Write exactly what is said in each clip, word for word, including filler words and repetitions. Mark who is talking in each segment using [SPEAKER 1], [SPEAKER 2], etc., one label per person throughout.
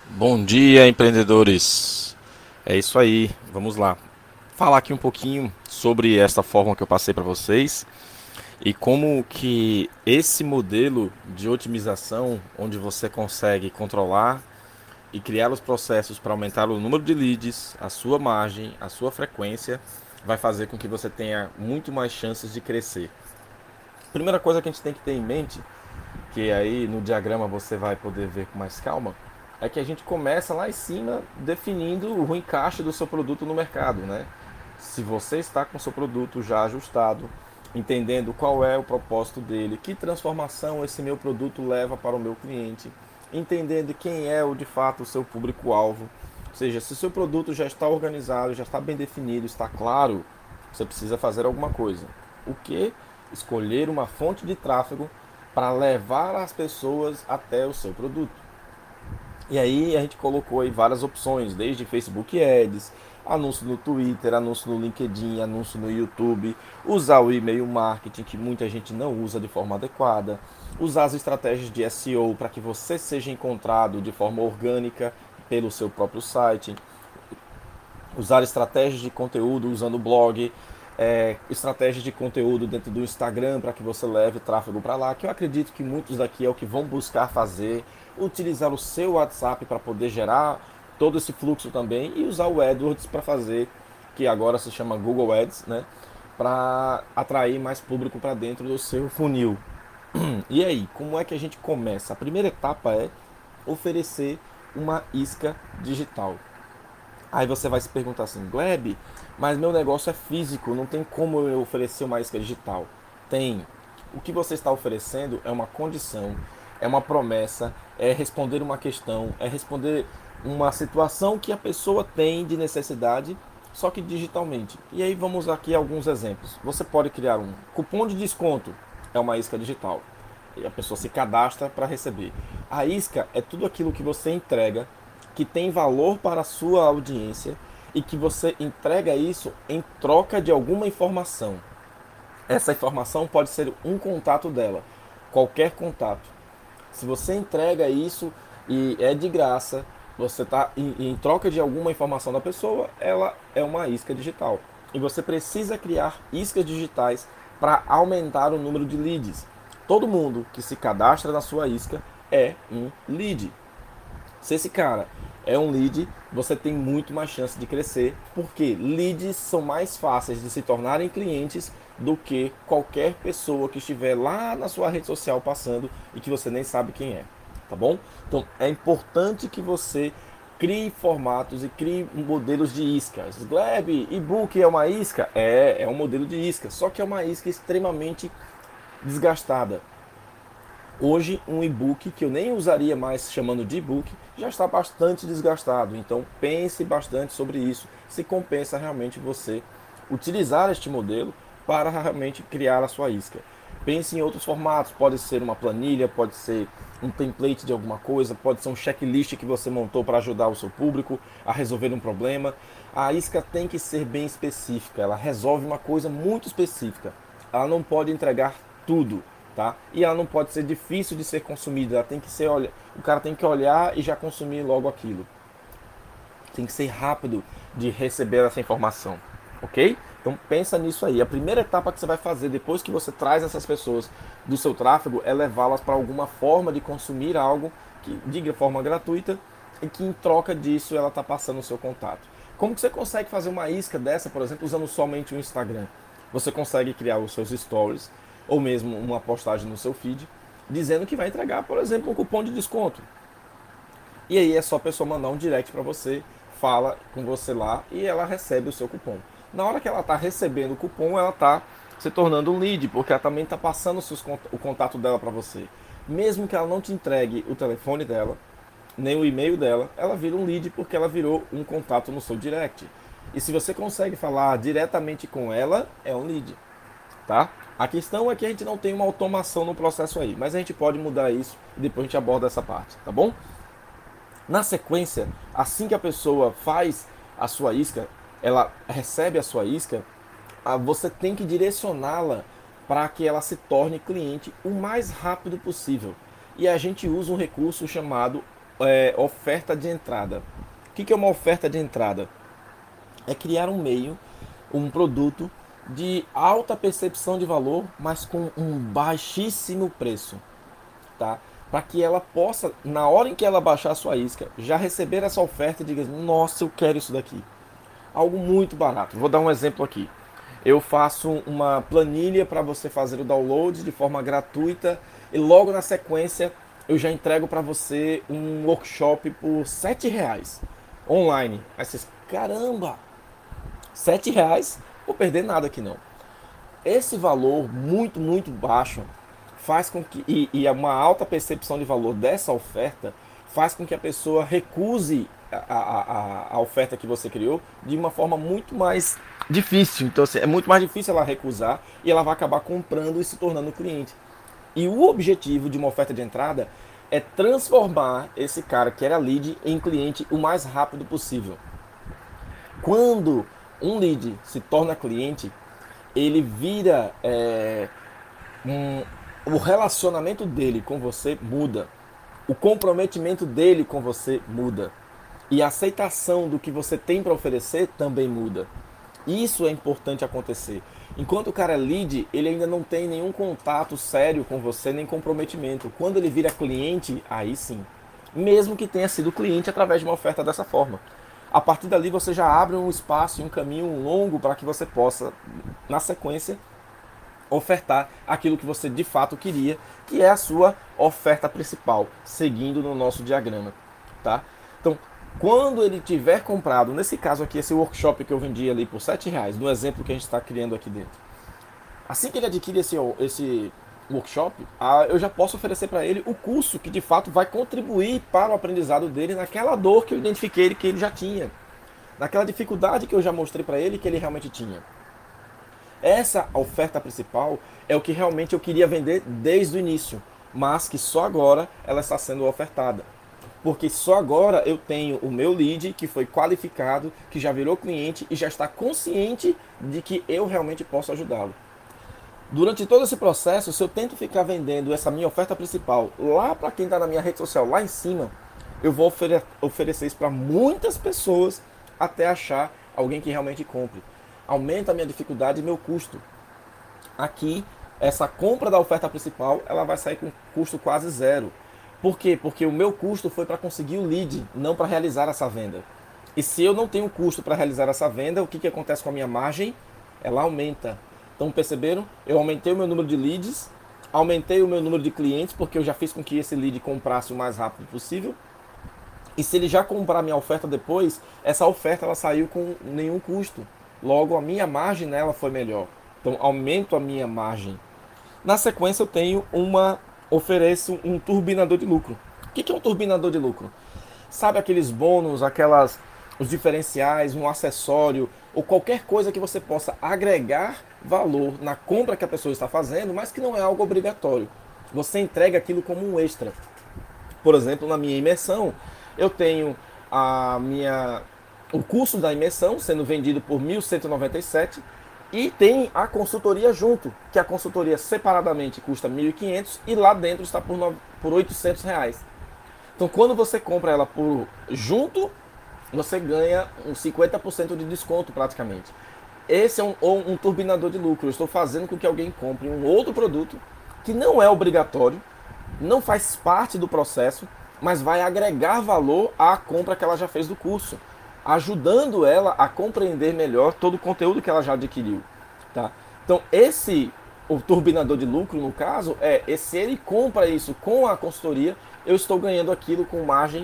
[SPEAKER 1] Bom dia, empreendedores. É isso aí, vamos lá. Falar aqui um pouquinho sobre esta forma que eu passei para vocês e como que esse modelo de otimização, onde você consegue controlar e criar os processos para aumentar o número de leads, a sua margem, a sua frequência, vai fazer com que você tenha muito mais chances de crescer. Primeira coisa que a gente tem que ter em mente, que aí no diagrama você vai poder ver com mais calma, é que a gente começa lá em cima definindo o encaixe do seu produto no mercado, né? Se você está com o seu produto já ajustado, entendendo qual é o propósito dele, que transformação esse meu produto leva para o meu cliente, entendendo quem é o de fato o seu público-alvo. Ou seja, se o seu produto já está organizado, já está bem definido, está claro, você precisa fazer alguma coisa. O que? Escolher uma fonte de tráfego para levar as pessoas até o seu produto. E aí a gente colocou aí várias opções, desde Facebook Ads, anúncio no Twitter, anúncio no LinkedIn, anúncio no YouTube, usar o e-mail marketing, que muita gente não usa de forma adequada, usar as estratégias de S E O para que você seja encontrado de forma orgânica pelo seu próprio site, usar estratégias de conteúdo usando o blog, é, estratégias de conteúdo dentro do Instagram para que você leve tráfego para lá, que eu acredito que muitos daqui é o que vão buscar fazer, utilizar o seu WhatsApp para poder gerar todo esse fluxo também e usar o AdWords para fazer, que agora se chama Google Ads, né, para atrair mais público para dentro do seu funil. E aí, como é que a gente começa? A primeira etapa é oferecer uma isca digital. Aí você vai se perguntar assim, Gleb, mas meu negócio é físico, não tem como eu oferecer uma isca digital. Tem. O que você está oferecendo é uma condição, é uma promessa, é responder uma questão, é responder uma situação que a pessoa tem de necessidade, só que digitalmente. E aí vamos aqui alguns exemplos. Você pode criar um cupom de desconto, é uma isca digital. E a pessoa se cadastra para receber. A isca é tudo aquilo que você entrega que tem valor para a sua audiência e que você entrega isso em troca de alguma informação. Essa informação pode ser um contato dela, qualquer contato. Se você entrega isso e é de graça, você está em, em troca de alguma informação da pessoa, ela é uma isca digital. E você precisa criar iscas digitais para aumentar o número de leads. Todo mundo que se cadastra na sua isca é um lead. Se esse cara é um lead, você tem muito mais chance de crescer, porque leads são mais fáceis de se tornarem clientes do que qualquer pessoa que estiver lá na sua rede social passando e que você nem sabe quem é, tá bom? Então é importante que você crie formatos e crie modelos de iscas. Gleb, e-book é uma isca? É, é um modelo de isca, só que é uma isca extremamente desgastada. Hoje, um e-book que eu nem usaria mais chamando de e-book já está bastante desgastado. Então, pense bastante sobre isso, se compensa realmente você utilizar este modelo para realmente criar a sua isca. Pense em outros formatos, pode ser uma planilha, pode ser um template de alguma coisa, pode ser um checklist que você montou para ajudar o seu público a resolver um problema. A isca tem que ser bem específica, ela resolve uma coisa muito específica. Ela não pode entregar tudo. Tá? E ela não pode ser difícil de ser consumida, ela tem que ser, olha, o cara tem que olhar e já consumir logo aquilo. Tem que ser rápido de receber essa informação, ok? Então pensa nisso aí. A primeira etapa que você vai fazer depois que você traz essas pessoas do seu tráfego é levá-las para alguma forma de consumir algo que de forma gratuita e que em troca disso ela está passando o seu contato. Como que você consegue fazer uma isca dessa, por exemplo, usando somente o Instagram? Você consegue criar os seus stories ou mesmo uma postagem no seu feed dizendo que vai entregar, por exemplo, um cupom de desconto. E aí é só a pessoa mandar um direct para você, fala com você lá e ela recebe o seu cupom. Na hora que ela está recebendo o cupom, ela está se tornando um lead, porque ela também está passando o contato dela para você. Mesmo que ela não te entregue o telefone dela, nem o e-mail dela, ela vira um lead porque ela virou um contato no seu direct. E se você consegue falar diretamente com ela, é um lead, tá? A questão é que a gente não tem uma automação no processo aí, mas a gente pode mudar isso e depois a gente aborda essa parte, tá bom? Na sequência, assim que a pessoa faz a sua isca, ela recebe a sua isca, você tem que direcioná-la para que ela se torne cliente o mais rápido possível. E a gente usa um recurso chamado é, oferta de entrada. O que, que é uma oferta de entrada? É criar um meio, um produto de alta percepção de valor, mas com um baixíssimo preço, tá? Para que ela possa, na hora em que ela baixar a sua isca, já receber essa oferta e diga: nossa, eu quero isso daqui. Algo muito barato. Vou dar um exemplo aqui. Eu faço uma planilha para você fazer o download de forma gratuita e logo na sequência eu já entrego para você um workshop por sete reais online. Aí vocês, caramba, sete reais? Vou perder nada aqui não. Esse valor muito, muito baixo faz com que, e, e uma alta percepção de valor dessa oferta faz com que a pessoa recuse a, a, a, a oferta que você criou de uma forma muito mais difícil. Então assim, é muito mais difícil ela recusar e ela vai acabar comprando e se tornando cliente. E o objetivo de uma oferta de entrada é transformar esse cara que era lead em cliente o mais rápido possível. Quando um lead se torna cliente, ele vira é, um, o relacionamento dele com você muda, o comprometimento dele com você muda e a aceitação do que você tem para oferecer também muda. Isso é importante acontecer. Enquanto o cara é lead, ele ainda não tem nenhum contato sério com você, nem comprometimento. Quando ele vira cliente, aí sim. Mesmo que tenha sido cliente através de uma oferta dessa forma. A partir dali você já abre um espaço e um caminho longo para que você possa, na sequência, ofertar aquilo que você de fato queria, que é a sua oferta principal, seguindo no nosso diagrama, tá? Então, quando ele tiver comprado, nesse caso aqui, esse workshop que eu vendi ali por sete reais, no exemplo que a gente está criando aqui dentro, assim que ele adquire esse, esse workshop, eu já posso oferecer para ele o curso que de fato vai contribuir para o aprendizado dele naquela dor que eu identifiquei que ele já tinha, naquela dificuldade que eu já mostrei para ele que ele realmente tinha. Essa oferta principal é o que realmente eu queria vender desde o início, mas que só agora ela está sendo ofertada. Porque só agora eu tenho o meu lead que foi qualificado, que já virou cliente e já está consciente de que eu realmente posso ajudá-lo. Durante todo esse processo, se eu tento ficar vendendo essa minha oferta principal lá para quem está na minha rede social, lá em cima, eu vou ofere- oferecer isso para muitas pessoas até achar alguém que realmente compre. Aumenta a minha dificuldade e meu custo. Aqui, essa compra da oferta principal, ela vai sair com custo quase zero. Por quê? Porque o meu custo foi para conseguir o lead, não para realizar essa venda. E se eu não tenho custo para realizar essa venda, o que, que acontece com a minha margem? Ela aumenta. Então perceberam? Eu aumentei o meu número de leads, aumentei o meu número de clientes, porque eu já fiz com que esse lead comprasse o mais rápido possível. E se ele já comprar minha oferta depois, essa oferta ela saiu com nenhum custo. Logo, a minha margem nela foi melhor. Então aumento a minha margem. Na sequência eu tenho uma... ofereço um turbinador de lucro. O que é um turbinador de lucro? Sabe aqueles bônus, aquelas, os diferenciais, um acessório ou qualquer coisa que você possa agregar valor na compra que a pessoa está fazendo, mas que não é algo obrigatório. Você entrega aquilo como um extra. Por exemplo, na minha imersão, eu tenho a minha, o curso da imersão sendo vendido por mil cento e noventa e sete reais. E tem a consultoria junto, que a consultoria separadamente custa mil e quinhentos e lá dentro está por, no... por oitocentos reais. Então quando você compra ela por junto, você ganha uns cinquenta por cento de desconto praticamente. Esse é um, um turbinador de lucro. Eu estou fazendo com que alguém compre um outro produto que não é obrigatório, não faz parte do processo, mas vai agregar valor à compra que ela já fez do curso, ajudando ela a compreender melhor todo o conteúdo que ela já adquiriu, tá? Então esse, o turbinador de lucro no caso, é se ele compra isso com a consultoria, eu estou ganhando aquilo com margem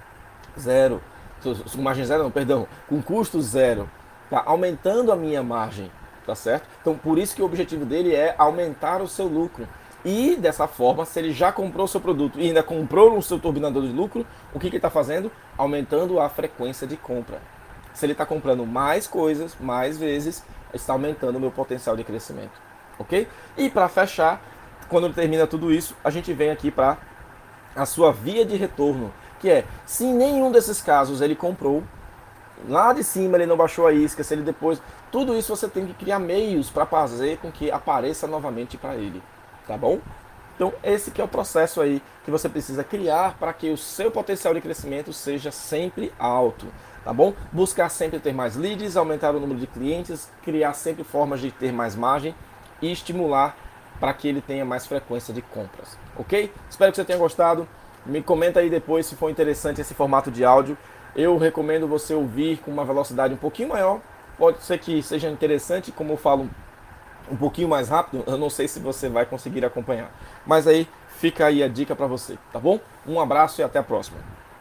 [SPEAKER 1] zero, com margem zero não, perdão, com custo zero, tá? Aumentando a minha margem, tá certo? Então por isso que o objetivo dele é aumentar o seu lucro. E dessa forma, se ele já comprou o seu produto e ainda comprou o seu turbinador de lucro, o que, que ele está fazendo? Aumentando a frequência de compra. Se ele está comprando mais coisas, mais vezes, está aumentando o meu potencial de crescimento. Ok? E para fechar, quando termina tudo isso, a gente vem aqui para a sua via de retorno, que é, se em nenhum desses casos ele comprou, lá de cima ele não baixou a isca, se ele depois... Tudo isso você tem que criar meios para fazer com que apareça novamente para ele. Tá bom? Então esse que é o processo aí que você precisa criar para que o seu potencial de crescimento seja sempre alto, tá bom? Buscar sempre ter mais leads, aumentar o número de clientes, criar sempre formas de ter mais margem e estimular para que ele tenha mais frequência de compras, ok? Espero que você tenha gostado. Me comenta aí depois se for interessante esse formato de áudio. Eu recomendo você ouvir com uma velocidade um pouquinho maior. Pode ser que seja interessante, como eu falo um pouquinho mais rápido, eu não sei se você vai conseguir acompanhar. Mas aí fica aí a dica para você, tá bom? Um abraço e até a próxima.